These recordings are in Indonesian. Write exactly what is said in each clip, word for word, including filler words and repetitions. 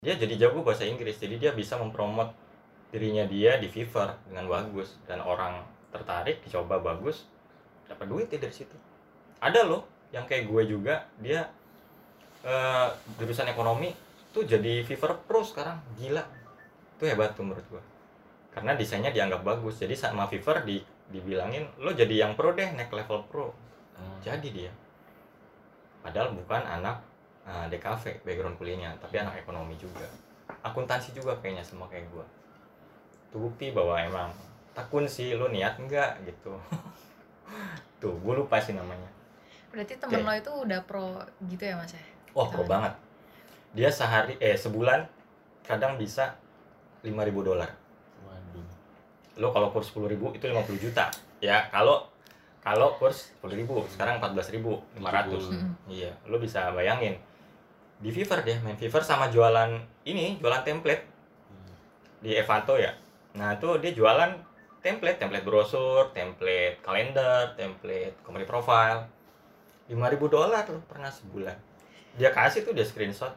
Dia jadi jago bahasa Inggris, jadi dia bisa mempromot dirinya dia di Fiverr dengan bagus dan orang tertarik, dicoba bagus, dapat duit dia dari situ. Ada loh yang kayak gue juga, dia uh, jurusan ekonomi tuh jadi Fiverr Pro sekarang, gila. Itu hebat tuh menurut gue. Karena desainnya dianggap bagus, jadi sama Fiverr di, dibilangin lo jadi yang pro deh, naik level pro. Hmm. Jadi dia padahal bukan anak uh, D K V background kuliahnya, tapi anak ekonomi juga, akuntansi juga kayaknya semua kayak gue. Itu bukti bahwa emang tekun sih, lo niat enggak gitu. Tuh gue lupa sih namanya. Berarti temen okay. lo itu udah pro gitu ya mas ya? Oh pro banget. Dia sehari eh sebulan kadang bisa lima ribu dolar. Waduh. Lo kalau kurs sepuluh ribu itu lima puluh juta. Ya kalau kalau kurs sepuluh ribu sekarang empat belas ribu lima ratus. Hmm. Iya, lo bisa bayangin. Di Fiverr dia main Fiverr sama jualan ini, jualan template. Hmm. Di Evanto ya. Nah, tuh dia jualan template, template brosur, template kalender, template company profile. lima ribu dolar loh pernah sebulan. Dia kasih tuh, dia screenshot.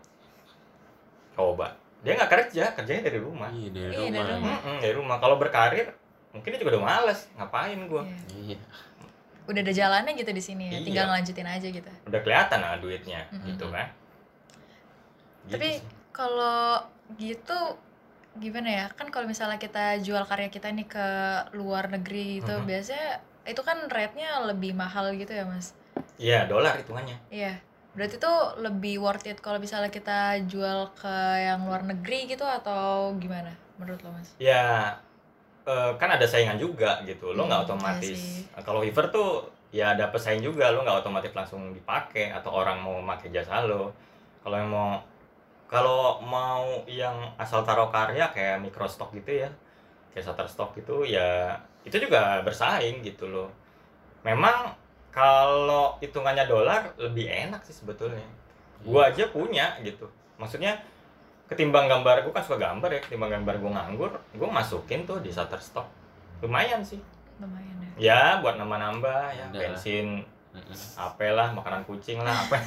Coba. Dia nggak kerja, kerjanya dari rumah. Iya, dari iya, rumah. Dari rumah. Mm-mm, dari rumah. Kalau berkarir, mungkin dia juga udah males. Ngapain gua? Iya. Udah ada jalannya gitu di sini ya. Iya. Tinggal ngelanjutin aja gitu. Udah kelihatan lah duitnya, mm-hmm. gitu kan. Gitu. Tapi kalau gitu gimana ya, kan kalau misalnya kita jual karya kita nih ke luar negeri gitu, mm-hmm. biasanya itu kan rate-nya lebih mahal gitu ya mas? Iya, dolar hitungannya. Iya, berarti tuh lebih worth it kalau misalnya kita jual ke yang luar negeri gitu atau gimana menurut lo mas? Ya, kan ada saingan juga gitu, lo nggak hmm, otomatis. Ya kalau Fiverr tuh ya ada pesaing juga, lo nggak otomatis langsung dipakai atau orang mau pakai jasa lo. Kalau yang mau Kalau mau yang asal taruh karya kayak microstock gitu ya, kayak Shutterstock gitu ya, itu juga bersaing gitu loh. Memang kalau hitungannya dolar lebih enak sih sebetulnya. Gua aja punya gitu. Maksudnya ketimbang gambar, gua kan suka gambar ya, ketimbang gambar gua nganggur, gua masukin tuh di Shutterstock. Lumayan sih. Lumayan ya. Ya buat nambah-nambah ya, bensin, apalah, makanan kucing lah, apa.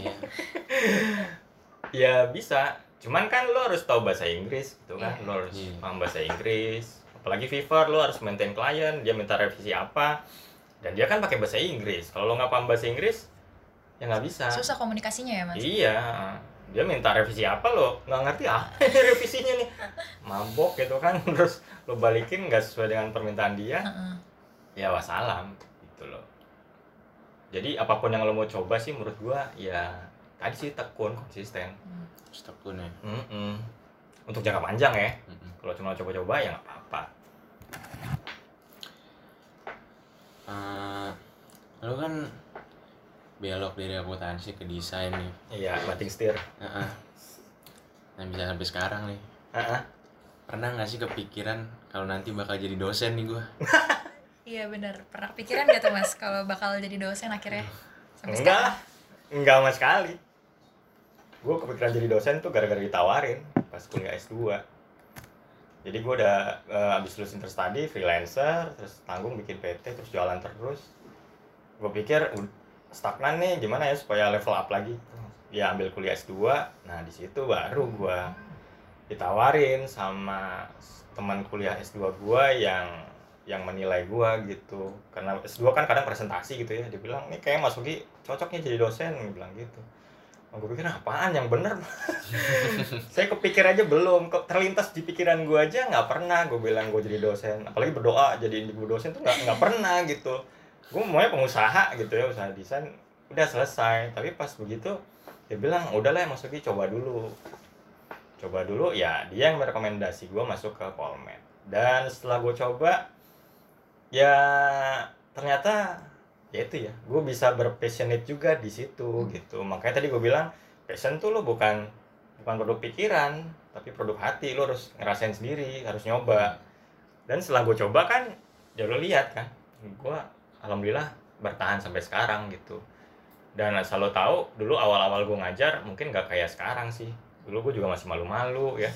Ya bisa, cuman kan lo harus tahu bahasa Inggris gitu kan, yeah. Lo harus yeah. paham bahasa Inggris, apalagi Fiverr lo harus maintain klien, dia minta revisi apa, dan dia kan pakai bahasa Inggris. Kalau lo nggak paham bahasa Inggris, ya nggak bisa. Susah komunikasinya ya mas? Iya, dia minta revisi apa lo nggak ngerti ah revisinya nih, mabok gitu kan, terus lo balikin nggak sesuai dengan permintaan dia, uh-uh. ya wassalam gitu loh. Jadi apapun yang lo mau coba sih menurut gua ya tadi sih tekun, konsisten. Hmm. Tekun ya. Mm-mm. Untuk jangka panjang ya. Mm-mm. Kalau cuma coba-coba ya nggak apa-apa. Uh, lo kan belok dari akuntansi ke desain nih. Iya, banting setir. Uh-uh. Nah bisa sampai sekarang nih. Uh-uh. Pernah nggak sih kepikiran kalau nanti bakal jadi dosen nih gua? Iya benar. Pernah kepikiran nggak tuh mas kalau bakal jadi dosen akhirnya? Sampai enggak, sekarang? Enggak sama sekali. Gue kepikiran jadi dosen tuh gara-gara ditawarin pas kuliah S dua. Jadi gue udah uh, abis lulus interstudy, freelancer, terus tanggung bikin P T, terus jualan terus. Gue pikir stagnan nih, gimana ya supaya level up lagi. Ya ambil kuliah S dua, nah di situ baru gue ditawarin sama teman kuliah S dua gue yang yang menilai gue gitu. Karena S dua kan kadang presentasi gitu ya, dia bilang, nih kayak Mas Ugi cocoknya jadi dosen, dia bilang gitu. Gue pikir apaan yang bener. Saya kepikir aja belum, kok terlintas di pikiran gue aja nggak pernah gue bilang gue jadi dosen, apalagi berdoa jadi indigo dosen tuh nggak nggak pernah gitu. Gue maunya pengusaha gitu ya, usaha desain udah selesai. Tapi pas begitu dia bilang udahlah ya Mas Ugi coba dulu coba dulu ya, dia yang merekomendasi gue masuk ke Polmed. Dan setelah gue coba ya ternyata ya itu ya, gue bisa berpassionate juga di situ hmm. gitu. Makanya tadi gue bilang passion tuh lo bukan bukan produk pikiran tapi produk hati, lo harus ngerasain sendiri, harus nyoba. Dan setelah gue coba kan ya lo lihat kan, gue alhamdulillah bertahan sampai sekarang gitu. Dan asal lo tahu dulu awal-awal gue ngajar mungkin nggak kayak sekarang sih, dulu gue juga masih malu-malu ya.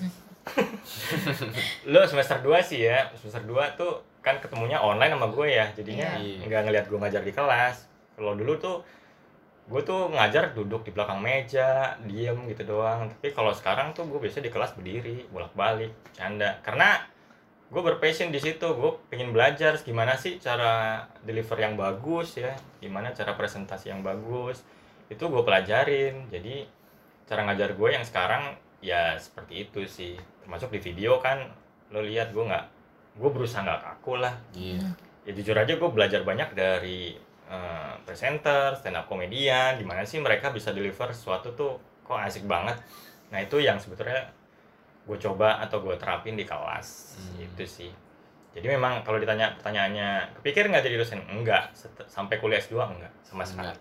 Lo semester dua sih ya, semester dua tuh kan ketemunya online sama gue ya, jadinya yeah. nggak ngeliat gue ngajar di kelas. Kalau dulu tuh gue tuh ngajar duduk di belakang meja, diem gitu doang. Tapi kalau sekarang tuh gue biasa di kelas berdiri, bolak-balik, bercanda. Karena gue berpassion di situ, gue pengen belajar gimana sih cara deliver yang bagus ya, gimana cara presentasi yang bagus. Itu gue pelajarin. Jadi cara ngajar gue yang sekarang ya seperti itu sih. Termasuk di video kan, lo lihat gue nggak, gue berusaha nggak kaku lah. Iya. Ya jujur aja gue belajar banyak dari uh, presenter, stand up komedian, gimana sih mereka bisa deliver sesuatu tuh kok asik banget. Nah itu yang sebetulnya gue coba atau gue terapin di kelas. hmm. Itu sih. Jadi memang kalau ditanya pertanyaannya, kepikir nggak jadi dosen? Enggak. Set- sampai kuliah S dua enggak sama sekali.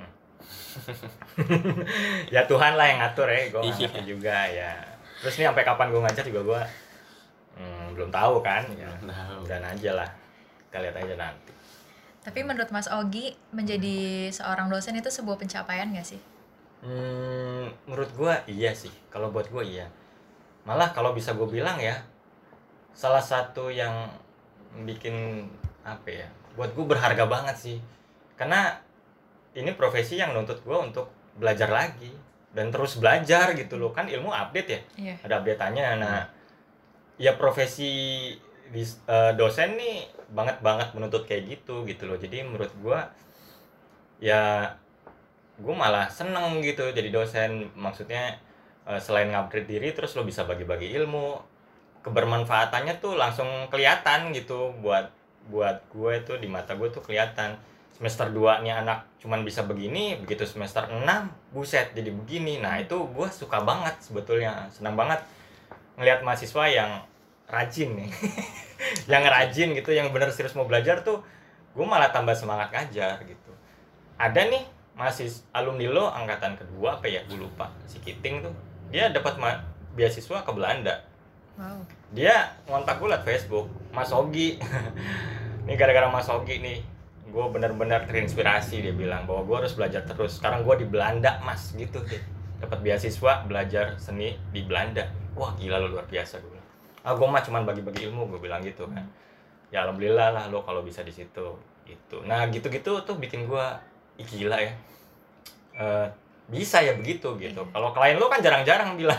Ya Tuhan lah yang ngatur ya, gue nggak ngerti juga ya. Terus nih sampai kapan gue ngajar juga gue hmm, belum tahu kan ya. Dan aja lah, kita lihat aja nanti. Tapi menurut Mas Ogi, menjadi seorang dosen itu sebuah pencapaian nggak sih? Hmm, menurut gue iya sih. Kalau buat gue iya. Malah kalau bisa gue bilang ya, salah satu yang bikin apa ya, buat gue berharga banget sih. Karena ini profesi yang nuntut gue untuk belajar lagi dan terus belajar gitu loh. Kan ilmu update ya, Iya. ada update-annya. Nah ya profesi di, uh, dosen nih banget banget menuntut kayak gitu gitu loh. Jadi menurut gue ya gue malah seneng gitu jadi dosen. Maksudnya uh, selain ngupgrade diri, terus lo bisa bagi-bagi ilmu, kebermanfaatannya tuh langsung kelihatan gitu. Buat buat gue tuh di mata gue tuh kelihatan. Semester dua nya anak cuman bisa begini, begitu semester enam buset jadi begini. Nah itu gue suka banget sebetulnya, senang banget ngelihat mahasiswa yang rajin nih yang rajin gitu, yang bener serius mau belajar tuh gue malah tambah semangat ngajar gitu. Ada nih mahasiswa alumni lo angkatan kedua apa ya, gue lupa, si Kiting tuh dia dapat ma- beasiswa ke Belanda. Wow. Dia ngontak gue lewat Facebook, Mas Ogi nih gara-gara Mas Ogi nih gue benar-benar terinspirasi. Dia bilang bahwa gue harus belajar terus. Sekarang gue di Belanda mas gitu deh, dapat beasiswa belajar seni di Belanda. Wah gila lo, luar biasa. Gue bilang, ah gue mah cuman bagi-bagi ilmu, gue bilang gitu kan. Ya alhamdulillah lah lo kalau bisa di situ gitu. Nah gitu-gitu tuh bikin gue ih gila ya, uh, bisa ya begitu gitu. Kalau klien lo kan jarang-jarang bilang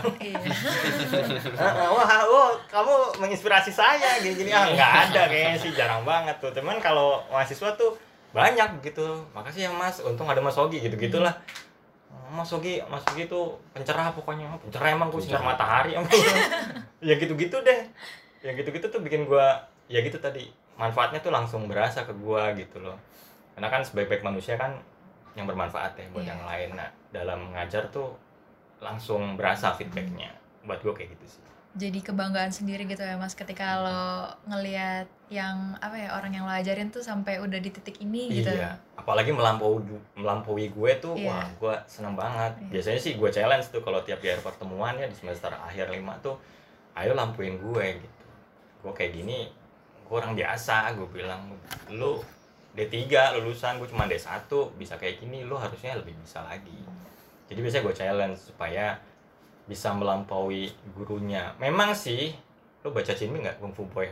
wah oh, kamu menginspirasi saya gini-gini. Ah nggak ada kayaknya sih, jarang banget tuh. Cuman kalau mahasiswa tuh banyak gitu. Makasih ya mas, untung ada Mas Ogi gitu-gitulah. Mas Ogi, Mas Ogi tuh pencerah pokoknya. Pencerah emang gue sinar matahari. Ya gitu-gitu deh. Ya gitu-gitu tuh bikin gue ya gitu tadi, manfaatnya tuh langsung berasa ke gue gitu loh. Karena kan sebaik-baik manusia kan yang bermanfaat ya buat yeah. yang lain. Nah dalam ngajar tuh langsung berasa feedbacknya. Buat gue kayak gitu sih. Jadi kebanggaan sendiri gitu ya mas, ketika lo ngelihat yang apa ya, orang yang lo ajarin tuh sampai udah di titik ini gitu. Iya, apalagi melampaui melampaui gue tuh, iya. Wah gue seneng banget. Iya. Biasanya sih gue challenge tuh kalau tiap di akhir pertemuan ya di semester akhir lima tuh, ayo lampuin gue gitu. Gue kayak gini, gue orang biasa, gue bilang, lu D tiga lulusan, gue cuma D satu, bisa kayak gini, lu harusnya lebih bisa lagi. Jadi biasanya gue challenge supaya bisa melampaui gurunya. Memang sih, lo baca Cinmi nggak Kung Fu Boy?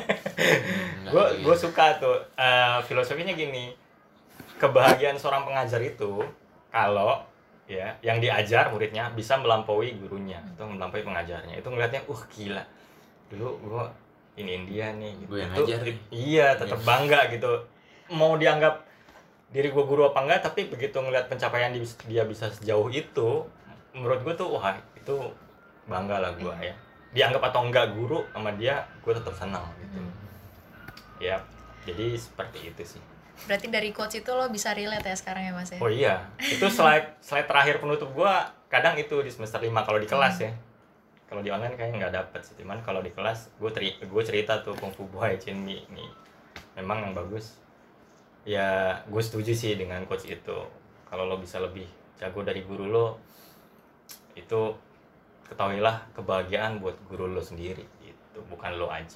Gue gue suka tuh uh, filosofinya gini. Kebahagiaan seorang pengajar itu kalau ya yang diajar muridnya bisa melampaui gurunya atau melampaui pengajarnya. Itu ngeliatnya, uh gila. Dulu gue ini India nih. Gitu. Gue yang itu, ngajar. Iya, tetap bangga gitu. Mau dianggap diri gue guru apa enggak, tapi begitu ngeliat pencapaian dia bisa sejauh itu, menurut gue tuh wah itu bangga lah gue ya. Dianggap atau enggak guru sama dia, gue tetap senang gitu. Hmm. Ya, jadi seperti itu sih. Berarti dari coach itu lo bisa relate ya sekarang ya mas ya? Oh iya, itu slide slide terakhir penutup gue kadang itu di semester lima kalau di kelas hmm. ya. Kalau di online kayaknya nggak dapet sih, cuman kalau di kelas gue teri- gue cerita tuh Kung Fu Boy Cinmi nih, memang yang bagus. Ya gue setuju sih dengan coach itu. Kalau lo bisa lebih jago dari guru lo, itu ketahuilah kebahagiaan buat guru lo sendiri gitu, bukan lo aja.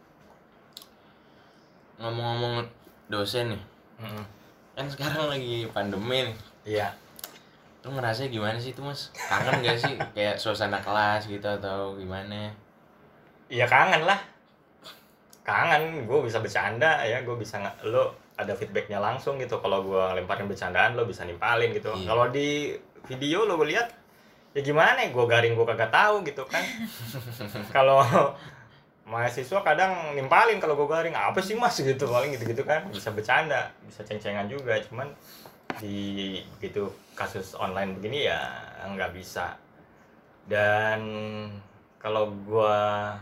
Ngomong-ngomong dosen nih, mm-hmm. kan sekarang lagi pandemi nih. Iya. Lo ngerasa gimana sih itu mas? Kangen gak sih kayak suasana kelas gitu atau gimana? Iya kangen lah. Kangen, gue bisa bercanda ya, gue bisa nggak lo ada feedbacknya langsung gitu. Kalau gue lemparin bercandaan lo bisa nimpalin gitu. Iya. Kalau di video lo gue lihat ya gimana ya, gue garing gue kagak tahu gitu kan. Kalau mahasiswa kadang nimpalin kalau gue garing, apa sih mas gitu, paling gitu-gitu kan, bisa bercanda, bisa ceng-cengan juga. Cuman di gitu kasus online begini ya nggak bisa. Dan kalau gue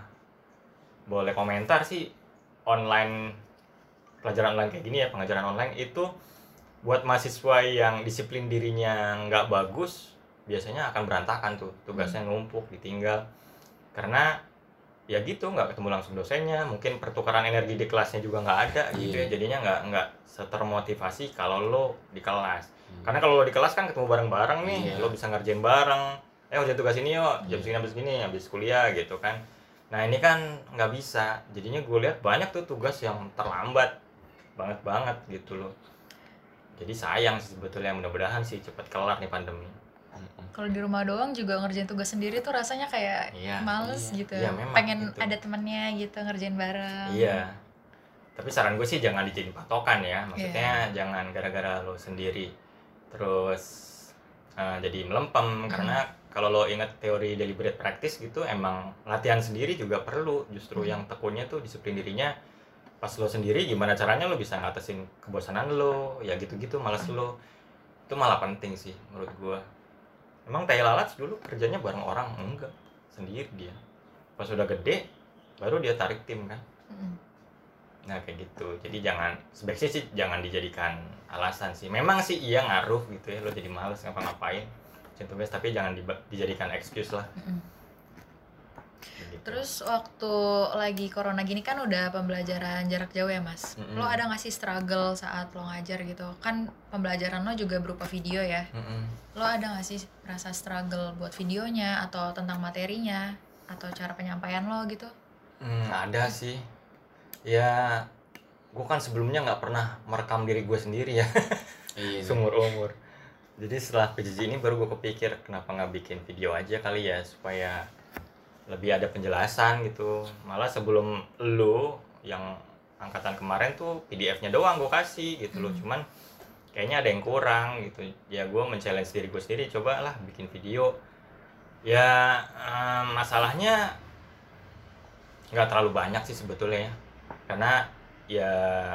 boleh komentar sih, online pelajaran online kayak gini ya, pengajaran online itu buat mahasiswa yang disiplin dirinya nggak bagus, biasanya akan berantakan tuh, tugasnya numpuk, ditinggal. Karena ya gitu, nggak ketemu langsung dosennya, mungkin pertukaran energi di kelasnya juga nggak ada gitu ya, jadinya nggak nggak setermotivasi kalau lo di kelas. Hmm. Karena kalau lo di kelas kan ketemu bareng-bareng nih, yeah. Lo bisa ngerjain bareng, eh kerja tugas ini yuk, jam segini habis gini, habis kuliah gitu kan. Nah ini kan nggak bisa, jadinya gue lihat banyak tuh tugas yang terlambat banget banget gitu loh. Jadi sayang sih sebetulnya, mudah-mudahan sih cepat kelar nih pandemi. Kalau di rumah doang juga ngerjain tugas sendiri tuh rasanya kayak iya, males iya, gitu. Iya, memang, pengen gitu. Ada temennya gitu ngerjain bareng. Iya. Tapi saran gue sih jangan dijadiin patokan ya. Maksudnya yeah. jangan gara-gara lo sendiri terus uh, jadi melempem. Mm. Karena kalau lo ingat teori deliberate practice gitu, emang latihan sendiri juga perlu. Justru mm. yang tekunnya tuh disiplin dirinya. Pas lo sendiri gimana caranya lo bisa ngatasin kebosanan lo, ya gitu-gitu, malas mm. lo. Itu malah penting sih menurut gue. Emang tai lalat dulu kerjanya bareng orang? Enggak, sendiri dia. Pas udah gede, baru dia tarik tim kan. Mm. Nah kayak gitu. Jadi jangan, sebaiknya sih jangan dijadikan alasan sih. Memang sih iya ngaruh gitu ya, lo jadi males ngapa-ngapain tugas, tapi jangan di, dijadikan excuse lah. Mm. Gitu. Terus waktu lagi corona gini kan udah pembelajaran jarak jauh ya mas. Mm-mm. Lo ada gak sih struggle saat lo ngajar gitu? Kan pembelajaran lo juga berupa video ya. Mm-mm. Lo ada gak sih rasa struggle buat videonya atau tentang materinya atau cara penyampaian lo gitu? Hmm, ada sih. Ya gue kan sebelumnya gak pernah merekam diri gue sendiri ya. Iya. Seumur-umur. Jadi setelah P J J ini baru gue kepikir kenapa gak bikin video aja kali ya, supaya lebih ada penjelasan gitu. Malah sebelum lo yang angkatan kemarin tuh P D F-nya doang gue kasih gitu loh. Hmm. Cuman kayaknya ada yang kurang gitu. Ya gue men-challenge diri gue sendiri, coba lah bikin video. Ya um, masalahnya nggak terlalu banyak sih sebetulnya ya. Karena ya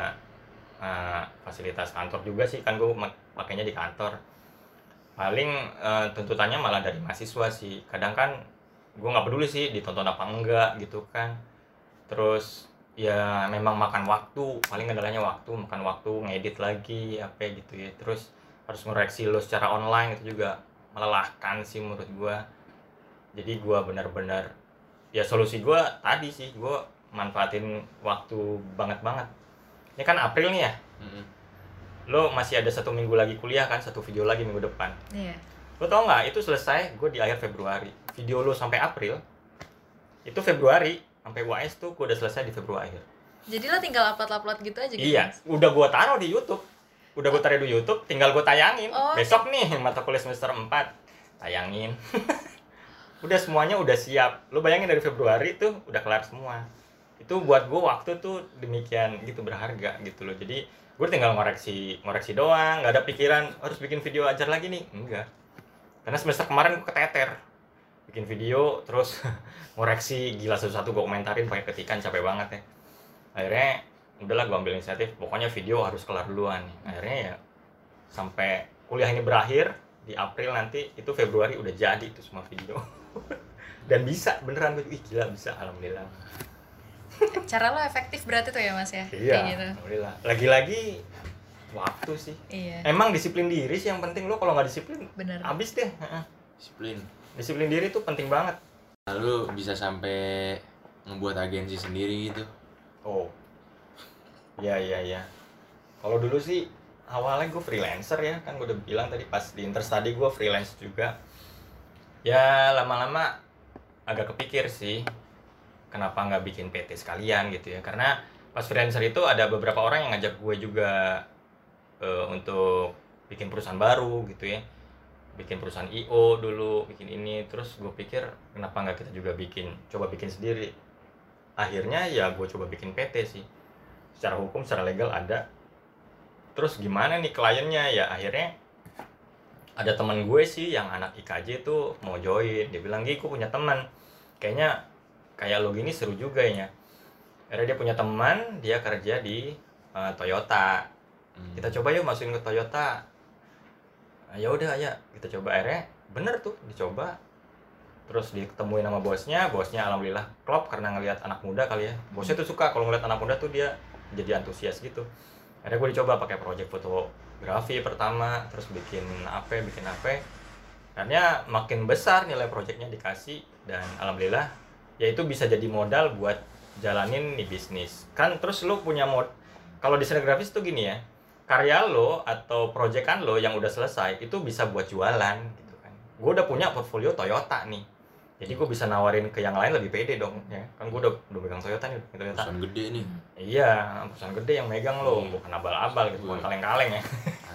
uh, fasilitas kantor juga sih, kan gue pakainya di kantor. Paling uh, tuntutannya malah dari mahasiswa sih. Kadang kan gue nggak peduli sih ditonton apa enggak gitu kan. Terus ya memang makan waktu, paling kendalanya waktu, makan waktu ngedit lagi apa gitu ya. Terus harus ngoreksi lo secara online, itu juga melelahkan sih menurut gue. Jadi gue benar-benar ya solusi gue tadi sih, gue manfaatin waktu banget banget. Ini kan April nih ya. Mm-hmm. Lo masih ada satu minggu lagi kuliah kan, satu video lagi minggu depan. Iya. Yeah. Lo tau nggak, itu selesai gue di akhir Februari. Video lo sampai April, itu Februari sampai U A S tuh gue udah selesai di Februari. Jadi lo tinggal upload-upload gitu aja gitu? Iya, mas? Udah gue taruh di YouTube. Udah gue taruh di YouTube, tinggal gue tayangin. Oh, besok nih mata kuliah semester empat, tayangin. Udah semuanya udah siap. Lo bayangin dari Februari tuh udah kelar semua. Itu buat gue waktu tuh demikian gitu berharga gitu loh. Jadi gue tinggal ngoreksi ngoreksi doang, nggak ada pikiran harus bikin video ajar lagi nih, enggak. Karena semester kemarin gue keteter bikin video terus ngoreksi gila satu-satu, gue komentarin pakai ketikan, capek banget ya. Akhirnya udahlah gue ambil inisiatif, pokoknya video harus kelar duluan nih. Akhirnya ya sampai kuliah ini berakhir di April nanti, itu Februari udah jadi itu semua video. Dan bisa beneran, gue ih gila bisa, alhamdulillah. Cara lo efektif berarti tuh ya mas ya? Iya, gitu. Alhamdulillah. Lagi-lagi waktu sih. Iya. Emang disiplin diri sih yang penting. Lo kalau nggak disiplin, bener, abis deh. Disiplin. Disiplin diri tuh penting banget. Lalu bisa sampai ngebuat agensi sendiri gitu. Oh. Iya, iya, iya. Kalau dulu sih awalnya gue freelancer ya, kan gue udah bilang tadi pas di Interstudy gue freelance juga. Ya lama-lama agak kepikir sih, kenapa nggak bikin P T sekalian gitu ya. Karena pas freelancer itu ada beberapa orang yang ngajak gue juga uh, untuk bikin perusahaan baru gitu ya. Bikin perusahaan I O dulu, bikin ini. Terus gue pikir kenapa nggak kita juga bikin, coba bikin sendiri. Akhirnya ya gue coba bikin P T sih. Secara hukum, secara legal ada. terus gimana nih kliennya ya, akhirnya ada teman gue sih yang anak I K J tuh mau join. Dia bilang, "Gi, gue punya teman kayaknya kayak lo gini seru juga ya." Akhirnya dia punya teman, dia kerja di uh, Toyota. Hmm. Kita coba yuk masukin ke Toyota. Nah, ya udah ya, kita coba. Akhirnya bener tuh dicoba. Terus diketemuin sama bosnya, bosnya alhamdulillah klop karena ngelihat anak muda kali ya. Bosnya tuh suka kalau ngelihat anak muda tuh dia jadi antusias gitu. Akhirnya gue dicoba pakai project fotografi pertama, terus bikin apa, bikin apa. Karena makin besar nilai projectnya dikasih, dan alhamdulillah ya itu bisa jadi modal buat jalanin nih bisnis. Kan terus lo punya mod, kalau desainer grafis tuh gini ya, karya lo atau proyekan lo yang udah selesai itu bisa buat jualan gitu kan. Gue udah punya portfolio Toyota nih, jadi gue bisa nawarin ke yang lain lebih pede dong ya kan. Gue udah udah megang Toyota nih, Toyota perusahaan gede nih. Iya, perusahaan gede yang megang lo, hmm. bukan abal-abal gitu, bukan kaleng-kaleng ya.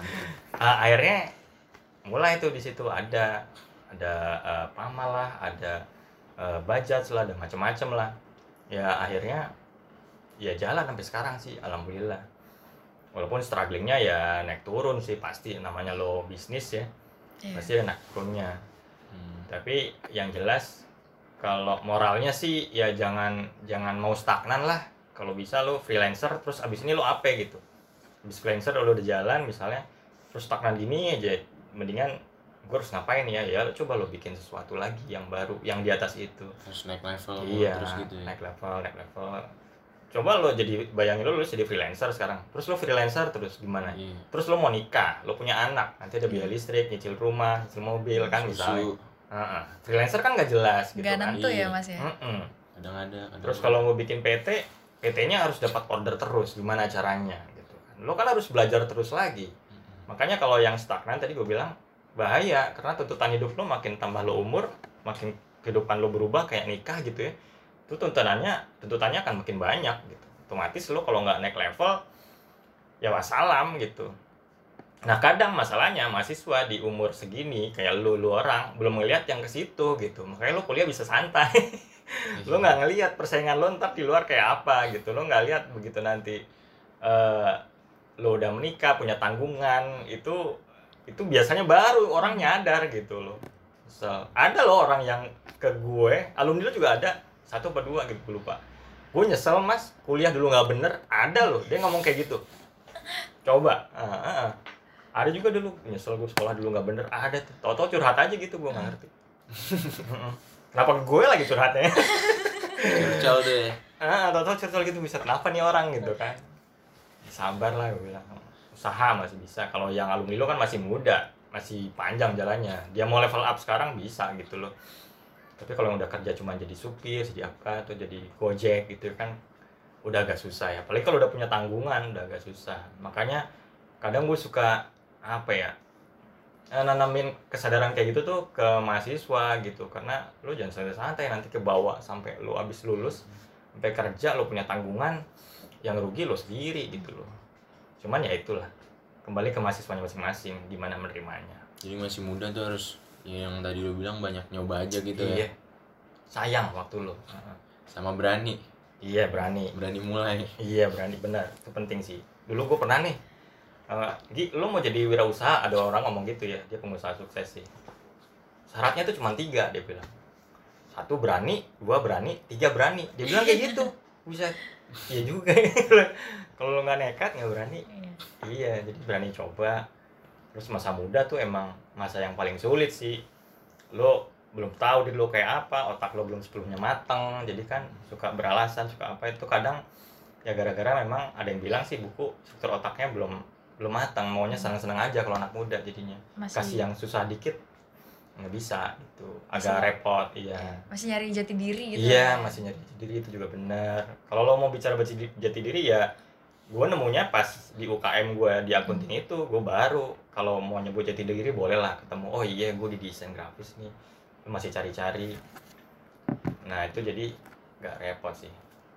Nah, akhirnya mulai tuh di situ ada ada uh, Pama lah, ada uh, Bajaj lah, ada macam-macam lah. Ya akhirnya ya jalan sampai sekarang sih, alhamdulillah. Walaupun strugglingnya ya naik turun sih pasti, namanya lo bisnis ya, yeah. Pasti ada naik turunnya. Hmm. Tapi yang jelas kalau moralnya sih ya jangan jangan mau stagnan lah. Kalau bisa lo freelancer terus abis ini lo apa gitu. Abis freelancer lo udah jalan misalnya, terus stagnan gini aja, mendingan gue harus ngapain ya, ya coba lo bikin sesuatu lagi yang baru, yang di atas itu. Terus naik level. Iya, terus gitu ya. naik level, naik level. Coba lo jadi, bayangin lo, lo jadi freelancer sekarang. Terus lo freelancer terus gimana? Iya. Terus lo mau nikah, lo punya anak, nanti ada biaya listrik, nyicil rumah, nyicil mobil kan misalnya. Uh-uh. Freelancer kan nggak jelas gitu gak kan. Gak nentu ya mas ya. Mm-mm. Kadang ada. Kadang terus kalau mau bikin P T, P T-nya harus dapat order terus, gimana caranya gitu kan. Lo kan harus belajar terus lagi. Mm-hmm. Makanya kalau yang stagnan tadi gue bilang bahaya, karena tuntutan hidup lo makin tambah lo umur, makin kehidupan lo berubah kayak nikah gitu ya. Itu tuntutannya, tuntutannya akan makin banyak gitu. Otomatis lo kalau nggak naik level, ya wassalam gitu. Nah kadang masalahnya mahasiswa di umur segini kayak lo, lo orang belum ngelihat yang ke situ gitu. Makanya lo kuliah bisa santai. Lo nggak ngelihat persaingan lo ntar di luar kayak apa gitu. Lo nggak lihat begitu nanti uh, lo udah menikah, punya tanggungan, itu itu biasanya baru orang nyadar gitu loh. So, ada loh orang yang ke gue, alumni lo juga ada, satu atau dua gitu, gue lupa. Gue nyesel mas, kuliah dulu nggak bener, ada loh, dia ngomong kayak gitu. Coba, uh, uh, uh. ada juga dulu, nyesel gue sekolah dulu nggak bener, ada tuh. Tau-tau curhat aja gitu, gue nggak ngerti. Kenapa gue lagi curhatnya? Curcol deh. Ah, tau-tau curcol gitu, bisa kenapa nih orang gitu kan? Sabar lah gue bilang. Usaha masih bisa. Kalau yang alumni lo kan masih muda, masih panjang jalannya. Dia mau level up sekarang bisa gitu loh. Tapi kalau yang udah kerja cuma jadi supir, jadi apa, atau jadi gojek gitu kan, udah agak susah ya. Apalagi kalau udah punya tanggungan, udah agak susah. Makanya kadang gue suka apa ya, nanamin kesadaran kayak gitu tuh ke mahasiswa gitu. Karena lo jangan santai-santai, nanti ke bawah sampai lo abis lulus, sampai kerja lo punya tanggungan, yang rugi lo sendiri gitu loh. Cuman ya itulah, kembali ke mahasiswanya masing-masing gimana menerimanya. Jadi masih muda tuh harus ya yang tadi lo bilang banyak nyoba aja gitu. Iya. Ya. Sayang waktu lo. Sama berani. Iya berani. Berani mulai. Iya berani, benar, itu penting sih. Dulu gue pernah nih, uh, Gi, lo mau jadi wirausaha, ada orang ngomong gitu ya, dia pengusaha sukses sih. Syaratnya tuh cuma tiga, dia bilang. Satu berani, dua berani, tiga berani. Dia bilang kayak gitu. Bisa. Iya juga. Kalau lo nggak nekat nggak berani. Iya, jadi berani coba. Terus masa muda tuh emang masa yang paling sulit sih. Lo belum tahu diri lo kayak apa, otak lo belum sepenuhnya mateng, jadi kan suka beralasan, suka apa itu kadang ya gara-gara memang ada yang bilang sih buku struktur otaknya belum belum matang, maunya seneng-seneng aja kalau anak muda jadinya. Masih, kasih yang susah dikit nggak bisa gitu, agak masih, repot. Iya. Masih nyari jati diri gitu. Iya, masih nyari jati diri, itu juga benar. Kalau lo mau bicara jati diri ya gue nemunya pas di U K M gue di akunting hmm. itu gue baru kalau mau nyebut jati diri boleh lah ketemu, oh iya gue di desain grafis nih, masih cari-cari. Nah itu jadi gak repot sih.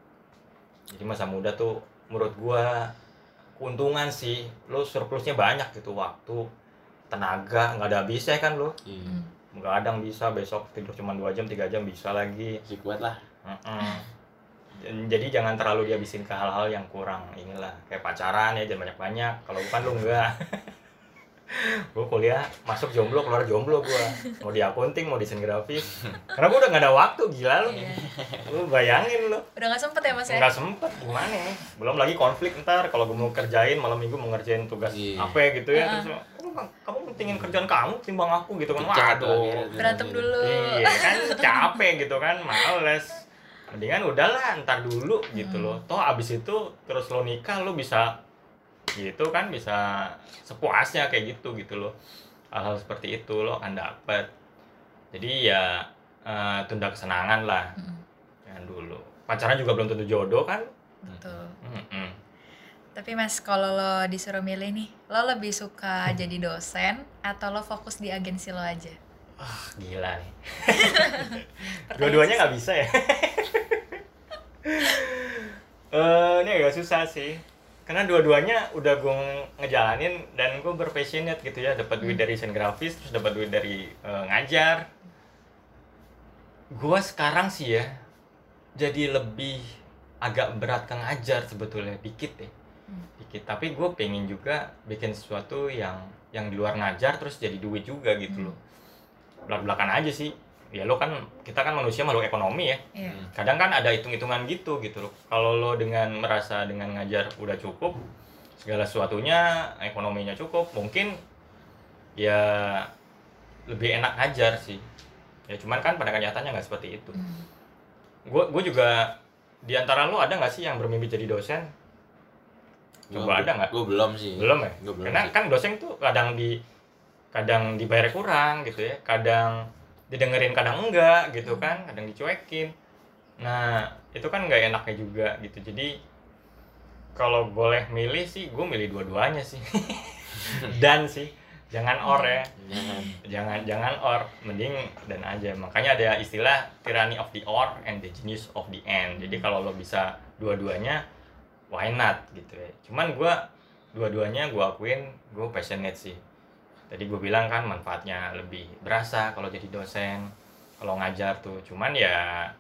Jadi masa muda tuh menurut gua keuntungan sih, lo surplusnya banyak gitu, waktu, tenaga, nggak ada habisnya kan lo. hmm. Kadang bisa besok tidur cuma dua jam tiga jam bisa lagi, masih kuat lah. uh-uh. Jadi jangan terlalu dihabisin ke hal-hal yang kurang inilah, kayak pacaran ya jangan banyak-banyak. Kalau bukan lu enggak. Gue kuliah masuk jomblo keluar jomblo gue, mau di accounting mau desain grafis, karena gue udah gak ada waktu. Gila lu, Iya. lu bayangin lu Udah nggak sempet ya mas ya? nggak sempet gimana nih, belum lagi konflik ntar kalau gue mau kerjain malam minggu mau ngerjain tugas Iya. apa gitu ya, Uh-uh. terus kamu kamu pentingin kerjaan kamu timbang aku gitu kan. Pecah tuh Waduh, akhirnya tuh. Berantem dulu. iya kan capek gitu kan, males. Mendingan udahlah ntar dulu gitu Hmm. loh, toh abis itu terus lo nikah lo bisa gitu kan, bisa sepuasnya kayak gitu gitu loh. Hal-hal seperti itu lo akan dapet. Jadi ya eh, tunda kesenangan lah, Mm-mm. jangan dulu. Pacaran juga belum tentu jodoh kan. Betul. Mm-mm. Tapi mas kalau lo disuruh milih nih, lo lebih suka jadi dosen atau lo fokus di agensi lo aja? Ah, gila nih. Pertanyaan Dua-duanya susah. nggak bisa ya. Eh, ini agak susah sih. Karena dua-duanya udah gue ngejalanin dan gue berpassionate gitu ya, dapat duit Hmm. dari desain grafis, terus dapat duit dari eh, ngajar. Gue sekarang sih ya, jadi lebih agak berat ke ngajar sebetulnya, dikit ya. Hmm. Dikit, tapi gue pengen juga bikin sesuatu yang yang di luar ngajar terus jadi duit juga gitu Hmm. loh. Belak-belakan aja sih. Ya lo kan, kita kan manusia makhluk ekonomi ya. Iya. Hmm. Kadang kan ada hitung-hitungan gitu gitu loh. Kalau lo dengan merasa dengan ngajar udah cukup, segala sesuatunya, ekonominya cukup, mungkin ya lebih enak ngajar sih. Ya cuman kan pada kenyataannya nggak seperti itu. Hmm. Gue gue juga, di antara lo ada nggak sih yang bermimpi jadi dosen? Coba ada nggak? Gue belum sih. Belum ya? Gue belum Karena sih. kan dosen tuh kadang di kadang dibayar kurang gitu ya, kadang didengerin kadang enggak gitu kan, kadang dicuekin. Nah itu kan nggak enaknya juga gitu. Jadi kalau boleh milih sih gue milih dua-duanya sih. Dan sih jangan or ya, Jangan. jangan jangan or, mending dan aja. Makanya ada istilah tyranny of the or and the genius of the end. Jadi kalau lo bisa dua-duanya, why not gitu ya. Cuman gue dua-duanya gue akuin gue passionate sih. Tadi gue bilang kan manfaatnya lebih berasa kalau jadi dosen, kalau ngajar tuh. Cuman ya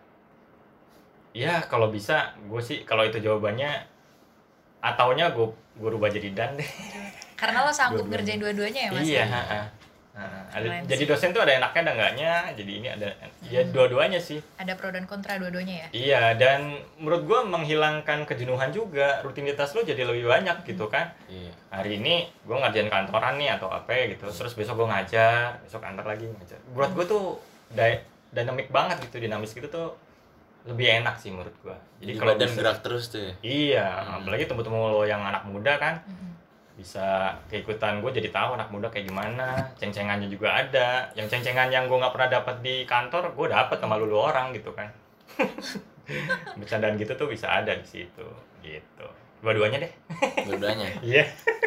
ya kalau bisa gue sih, kalau itu jawabannya ataunya gue gue rubah jadi dan deh. Karena lo sanggup Dua-duanya. ngerjain dua-duanya ya mas? Iya, ya? ha-ha. Ha, ada- Keren jadi sih. dosen tuh ada enaknya ada enggaknya, jadi ini ada ya Hmm. dua-duanya sih. Ada pro dan kontra dua-duanya ya? Iya, dan menurut gue menghilangkan kejenuhan juga, rutinitas lo jadi lebih banyak gitu kan. Iya. Hari ini gue ngerjain kantoran nih atau apa gitu, terus besok gue ngajar, besok kantor lagi ngajar. Menurut gue tuh dy- dynamic banget gitu, dinamis gitu tuh lebih enak sih menurut gue. Jadi kalau badan bisa- gerak terus tuh ya. Iya, Hmm. apalagi temu-temu lo yang anak muda kan, Mm-mm. bisa keikutan gue, jadi tahu anak muda kayak gimana. Ceng-cengannya juga ada, yang ceng-cengan yang gue nggak pernah dapat di kantor gue dapat sama lulu orang gitu kan. Bercandaan gitu tuh bisa ada di situ gitu, dua-duanya deh. Dua-duanya. Iya.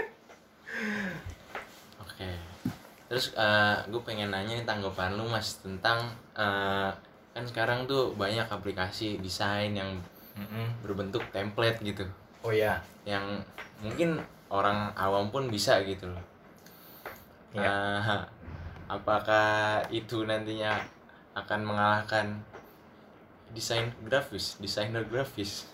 Oke. Terus gue pengen nanya nih tanggapan lu mas tentang eh, kan sekarang tuh banyak aplikasi desain yang Mm-mm. berbentuk template gitu, Oh ya, yang mungkin orang awam pun bisa gitu loh. Iya. Eh, apakah itu nantinya akan mengalahkan desain grafis, desainer grafis?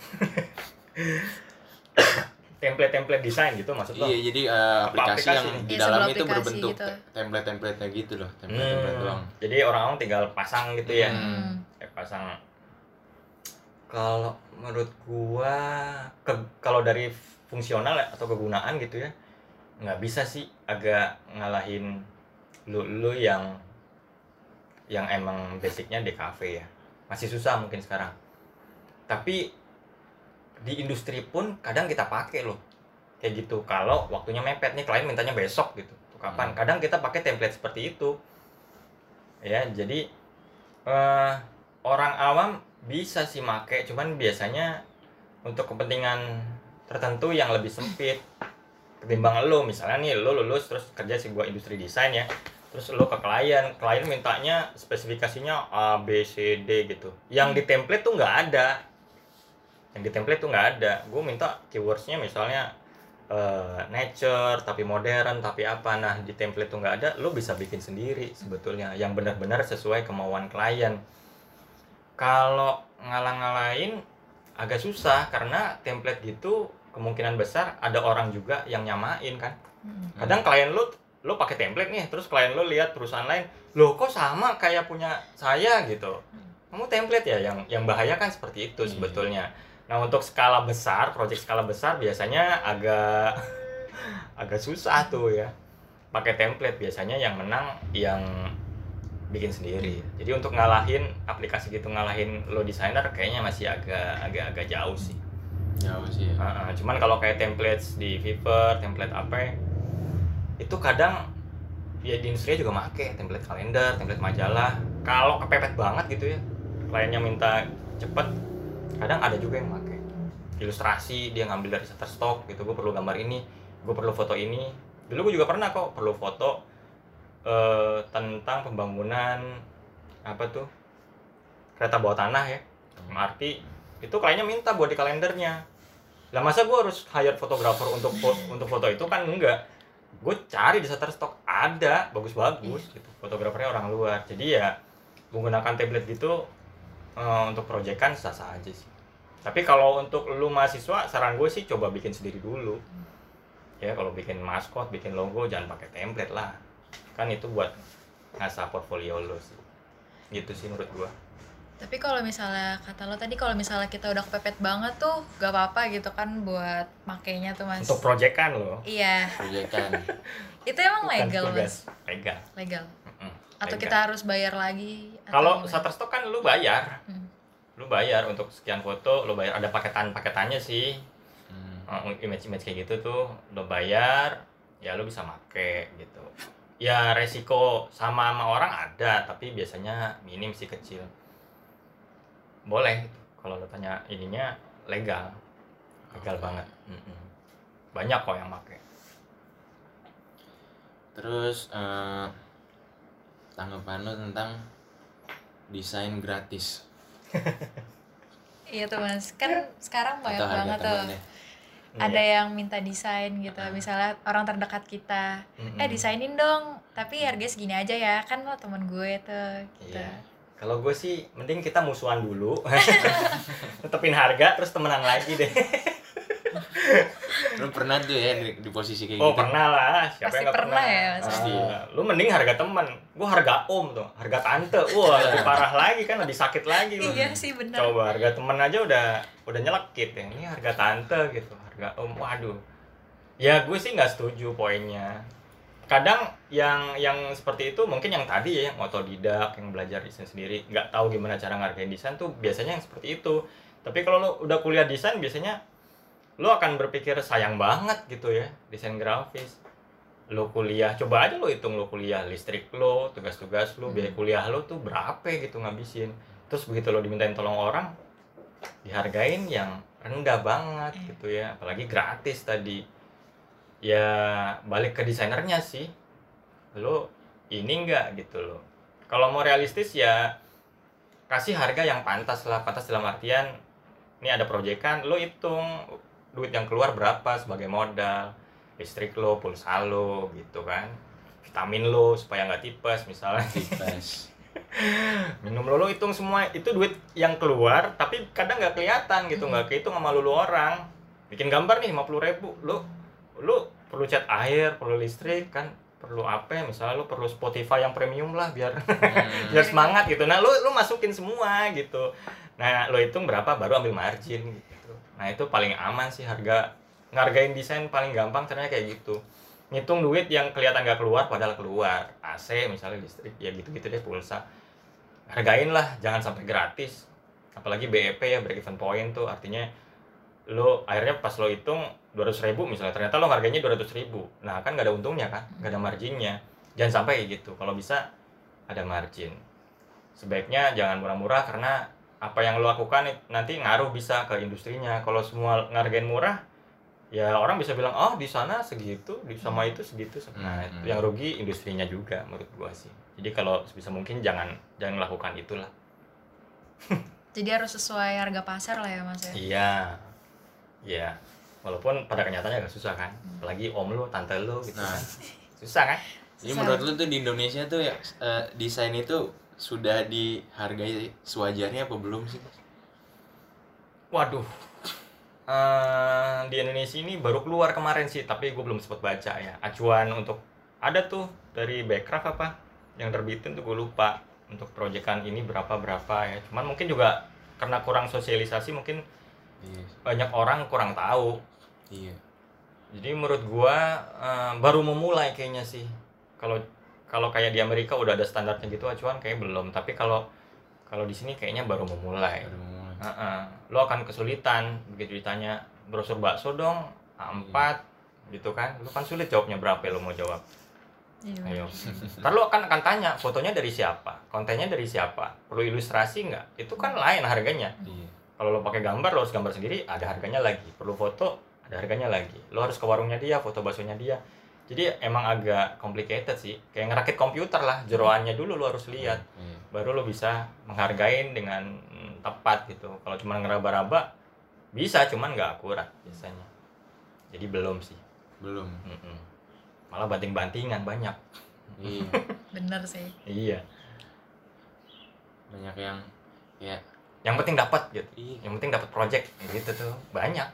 template-template desain gitu maksud lo? Iya, jadi eh, Apa aplikasi, aplikasi yang nih? di Iya, dalam sebuah itu aplikasi berbentuk gitu. te- template-template-nya gitu loh, template-template Hmm, doang. jadi orang-orang tinggal pasang gitu ya. Hmm. Kayak pasang. Kalau menurut gua ke- kalau dari fungsional atau kegunaan gitu ya, nggak bisa sih, agak ngalahin lu lu yang yang emang basicnya D K V ya. Masih susah mungkin sekarang. Tapi di industri pun kadang kita pakai loh kayak gitu. Kalau waktunya mepet nih, klien mintanya besok gitu, tuh kapan? Hmm. Kadang kita pakai template seperti itu ya. Jadi eh, orang awam bisa sih make, cuman biasanya untuk kepentingan tertentu yang lebih sempit ketimbang lo. Misalnya nih lo lulus terus kerja sebuah industri desain ya, terus lo ke klien, klien mintanya spesifikasinya A, B, C, D gitu, yang di template tuh nggak ada. Yang di template tuh nggak ada. Gue minta keywordsnya misalnya eh, nature tapi modern tapi apa, nah di template tuh nggak ada. Lo bisa bikin sendiri sebetulnya yang benar-benar sesuai kemauan klien. Kalau ngalang-ngalain agak susah karena template gitu kemungkinan besar ada orang juga yang nyamain kan. Mm. Kadang klien lu lu pakai template nih, terus klien lu lihat perusahaan lain, loh kok sama kayak punya saya gitu. Kamu template ya, yang yang bahaya kan seperti itu sebetulnya. Nah untuk skala besar, project skala besar biasanya agak agak susah tuh ya. Pakai template biasanya yang menang yang bikin sendiri. Jadi untuk ngalahin aplikasi gitu, ngalahin lo designer kayaknya masih agak agak agak jauh sih. Jauh sih ya. Uh, cuman kalau kayak template di Fiverr, template apa itu kadang ya di industri juga make template kalender, template majalah. Kalau kepepet banget gitu ya, kliennya minta cepet, kadang ada juga yang make ilustrasi, dia ngambil dari Shutterstock gitu. Gue perlu gambar ini, gue perlu foto ini. Dulu gue juga pernah kok perlu foto Uh, tentang pembangunan apa tuh kereta bawah tanah ya, M R T. Itu kliennya minta buat di kalendernya. Lah masa gue harus hire fotografer untuk untuk foto itu kan enggak. Gue cari di Shutterstock ada bagus-bagus gitu, fotografernya orang luar. Jadi ya menggunakan template gitu uh, untuk proyekan sah-sah aja sih. Tapi kalau untuk lu mahasiswa, saran gue sih coba bikin sendiri dulu. Ya kalau bikin maskot, bikin logo jangan pakai template lah. Kan itu buat ngasah portfolio lo sih, gitu sih menurut gua. Tapi kalau misalnya kata lo tadi, kalau misalnya kita udah kepepet banget tuh gak apa-apa gitu kan buat makainya tuh Mas. Untuk proyekan lo. Iya. Proyekan. Itu emang legal Mas? Legal. Legal. Mm-mm, atau legal. Kita harus bayar lagi? Kalau Shutterstock kan lu bayar, hmm. lu bayar untuk sekian foto, lu bayar ada paketan-paketannya sih, hmm. image-image kayak gitu tuh, lu bayar, ya lu bisa make gitu. Ya resiko sama sama orang ada, tapi biasanya minim sih, kecil. Boleh kalau lo tanya ininya legal, legal okay. banget. Mm-mm. Banyak kok yang pakai. Terus eh, tanggapan lo tentang desain gratis? Iya tuh Mas, kan sekarang banyak banget tuh. Ada yang minta desain gitu, misalnya orang terdekat kita, mm-hmm. eh desainin dong, tapi harganya segini aja ya, kan lo temen gue tuh gitu. Iya. Kalau gue sih mending kita musuhan dulu, tetepin harga terus temenan lagi deh. Lu pernah tuh ya di, di posisi kayak oh, gitu? Oh pernah lah, siapa pasti yang gak pernah, pernah ya Mas. Pasti. Uh, lu mending harga teman, gue harga om tuh, harga tante, wah lebih parah lagi kan, lebih sakit lagi lu. Iya sih benar. Coba harga teman aja udah udah nyelekit ya, ini harga tante gitu, harga om, waduh. Ya gue sih nggak setuju poinnya. Kadang yang yang seperti itu mungkin yang tadi ya, yang otodidak, yang belajar desain sendiri, nggak tahu gimana cara ngargain desain tuh biasanya yang seperti itu. Tapi kalau lu udah kuliah desain biasanya lo akan berpikir sayang banget gitu ya, desain grafis. Lo kuliah, coba aja lo hitung lo kuliah, listrik lo, tugas-tugas lo, biaya kuliah lo tuh berapa gitu ngabisin. Terus begitu lo dimintain tolong orang, dihargain yang rendah banget gitu ya, apalagi gratis tadi. Ya balik ke desainernya sih, lo ini enggak gitu lo. Kalau mau realistis ya kasih harga yang pantas lah, pantas dalam artian ini ada proyekan, lo hitung duit yang keluar berapa sebagai modal, listrik lo, pulsa lo gitu kan, vitamin lo supaya nggak tipes misalnya. Tipes. Minum lo, lo hitung semua itu duit yang keluar, tapi kadang nggak kelihatan gitu, nggak kehitung sama lo orang. Bikin gambar nih lima puluh ribu, lo lo perlu cat air, perlu listrik kan, perlu apa ya, misalnya lo perlu Spotify yang premium lah biar hmm. biar semangat gitu. Nah lo lo masukin semua gitu. Nah lo hitung berapa baru ambil margin gitu. Nah itu paling aman sih, harga ngargain desain paling gampang caranya kayak gitu. Ngitung duit yang kelihatan nggak keluar padahal keluar, A C misalnya, listrik ya gitu-gitu deh, pulsa. Hargain lah, jangan sampai gratis. Apalagi B E P ya, break even point tuh artinya lo akhirnya pas lo hitung dua ratus ribu misalnya, ternyata lo harganya dua ratus ribu. Nah kan nggak ada untungnya kan, nggak ada marginnya. Jangan sampai kayak gitu. Kalau bisa ada margin. Sebaiknya jangan murah-murah, karena apa yang lo lakukan nanti ngaruh bisa ke industrinya. Kalau semua ngargain murah, ya orang bisa bilang oh di sana segitu, di sama itu segitu. Nah hmm. yang rugi industrinya juga menurut gua sih. Jadi kalau sebisa mungkin jangan jangan melakukan itulah. Jadi harus sesuai harga pasar lah ya Mas ya. Iya, iya. Walaupun pada kenyataannya agak susah kan, apalagi om lo, tante lo gitu nah. kan, susah kan. Jadi menurut lo tuh di Indonesia tuh ya uh, desain itu sudah dihargai sewajarnya apa belum sih? Waduh. Eh, di Indonesia ini baru keluar kemarin sih, tapi gue belum sempat baca ya. Acuan untuk ada tuh dari Backcraft apa yang terbitin tuh gue lupa untuk proyekan ini berapa berapa ya. Cuman mungkin juga karena kurang sosialisasi mungkin Iya. banyak orang kurang tahu. Iya. Jadi menurut gua eh, baru memulai kayaknya sih. Kalau kalau kayak di Amerika udah ada standarnya gitu acuan kayak belum. Tapi kalau kalau di sini kayaknya baru memulai. Baru mulai. Heeh. Lo akan kesulitan begitu ditanya brosur bakso dong A empat gitu kan. Lo kan sulit jawabnya berapa lo mau jawab. Iya. Ayo. Ntar lo akan akan tanya fotonya dari siapa, kontennya dari siapa, perlu ilustrasi nggak? Itu kan lain harganya. Iya. Kalau lo pakai gambar, lo harus gambar sendiri, ada harganya lagi. Perlu foto, ada harganya lagi. Lo harus ke warungnya dia, foto baksonya dia. Jadi emang agak complicated sih. Kayak ngerakit komputer lah, jeroannya dulu lo harus lihat. Iya. Baru lo bisa menghargain dengan mm, tepat gitu. Kalau cuma ngeraba-raba, bisa, cuman nggak akurat biasanya. Jadi belum sih. Belum. Mm-mm. Malah banting-bantingan banyak. Iya. Bener sih. Iya. Banyak yang ya Yang penting dapat gitu. iya. Yang penting dapat project gitu tuh. Banyak.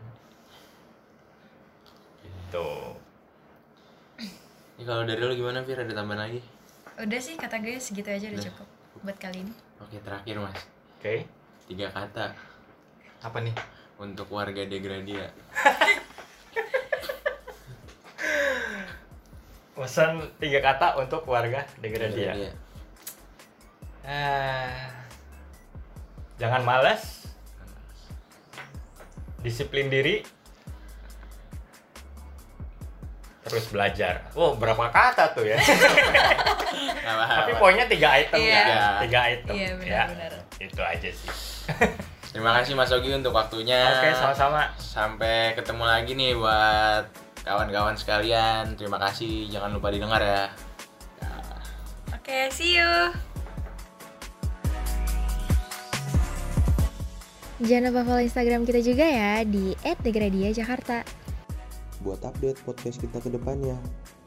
Tuh. Ini kalau dari lu gimana, Fir? Ada tambahan lagi? Udah sih kata gue segitu aja udah Udah. cukup buat kali ini. Oke, terakhir Mas. Oke. Tiga kata Apa nih? untuk warga Degradia. Pesan tiga kata untuk warga Degradia. Degradia. Ah, jangan malas, disiplin diri, terus belajar. Wow, berapa kata tuh ya? Nggak paham. Tapi poinnya tiga item Iya. ya, tiga item. Iya, benar-benar. Ya, itu aja sih. Terima kasih Mas Ogi untuk waktunya. Oke, sama-sama. Sampai ketemu lagi nih buat kawan-kawan sekalian. Terima kasih. Jangan lupa didengar ya. Oke, see you. Jangan lupa follow Instagram kita juga ya di et degradia jakarta. Buat update podcast kita ke depannya.